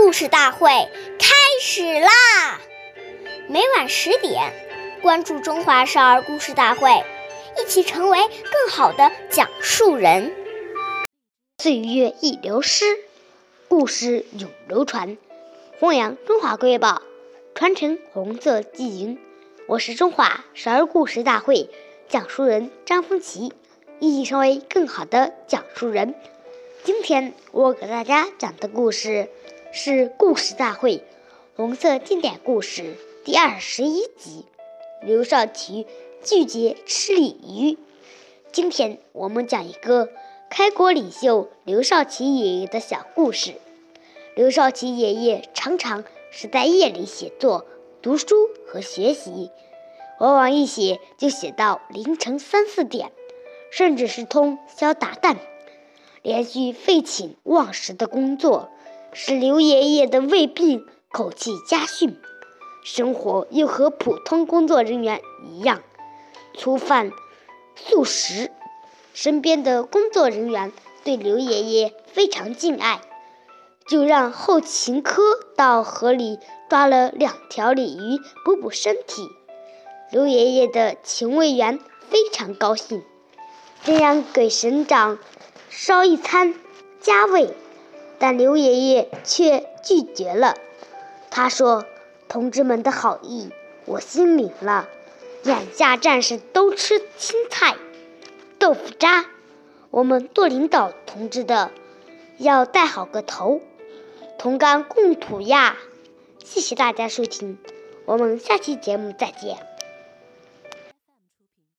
故事大会开始啦！每晚10点，关注中华少儿故事大会，一起成为更好的讲述人。 岁月易流失，故事永流传。弘扬中华瑰宝，传承红色基因。我是中华少儿故事大会讲述人张风奇，一起成为更好的讲述人。今天我给大家讲的故事是故事大会红色经典故事第21集，刘少奇拒绝吃鲤鱼。今天我们讲一个开国领袖刘少奇爷爷的小故事。刘少奇爷爷常常是在夜里写作、读书和学习，往往一写就写到凌晨3、4点，甚至是通宵达旦。连续废寝忘食的工作使刘爷爷的胃病口气加迅，生活又和普通工作人员一样粗饭素食。身边的工作人员对刘爷爷非常敬爱，就让后勤科到河里抓了2条鲤鱼补补身体。刘爷爷的勤卫员非常高兴，这样给省长烧一餐加味，但刘爷爷却拒绝了。他说：“同志们的好意我心领了，眼下战士都吃青菜豆腐渣，我们做领导同志的要带好个头，同甘共苦呀。”谢谢大家收听，我们下期节目再见。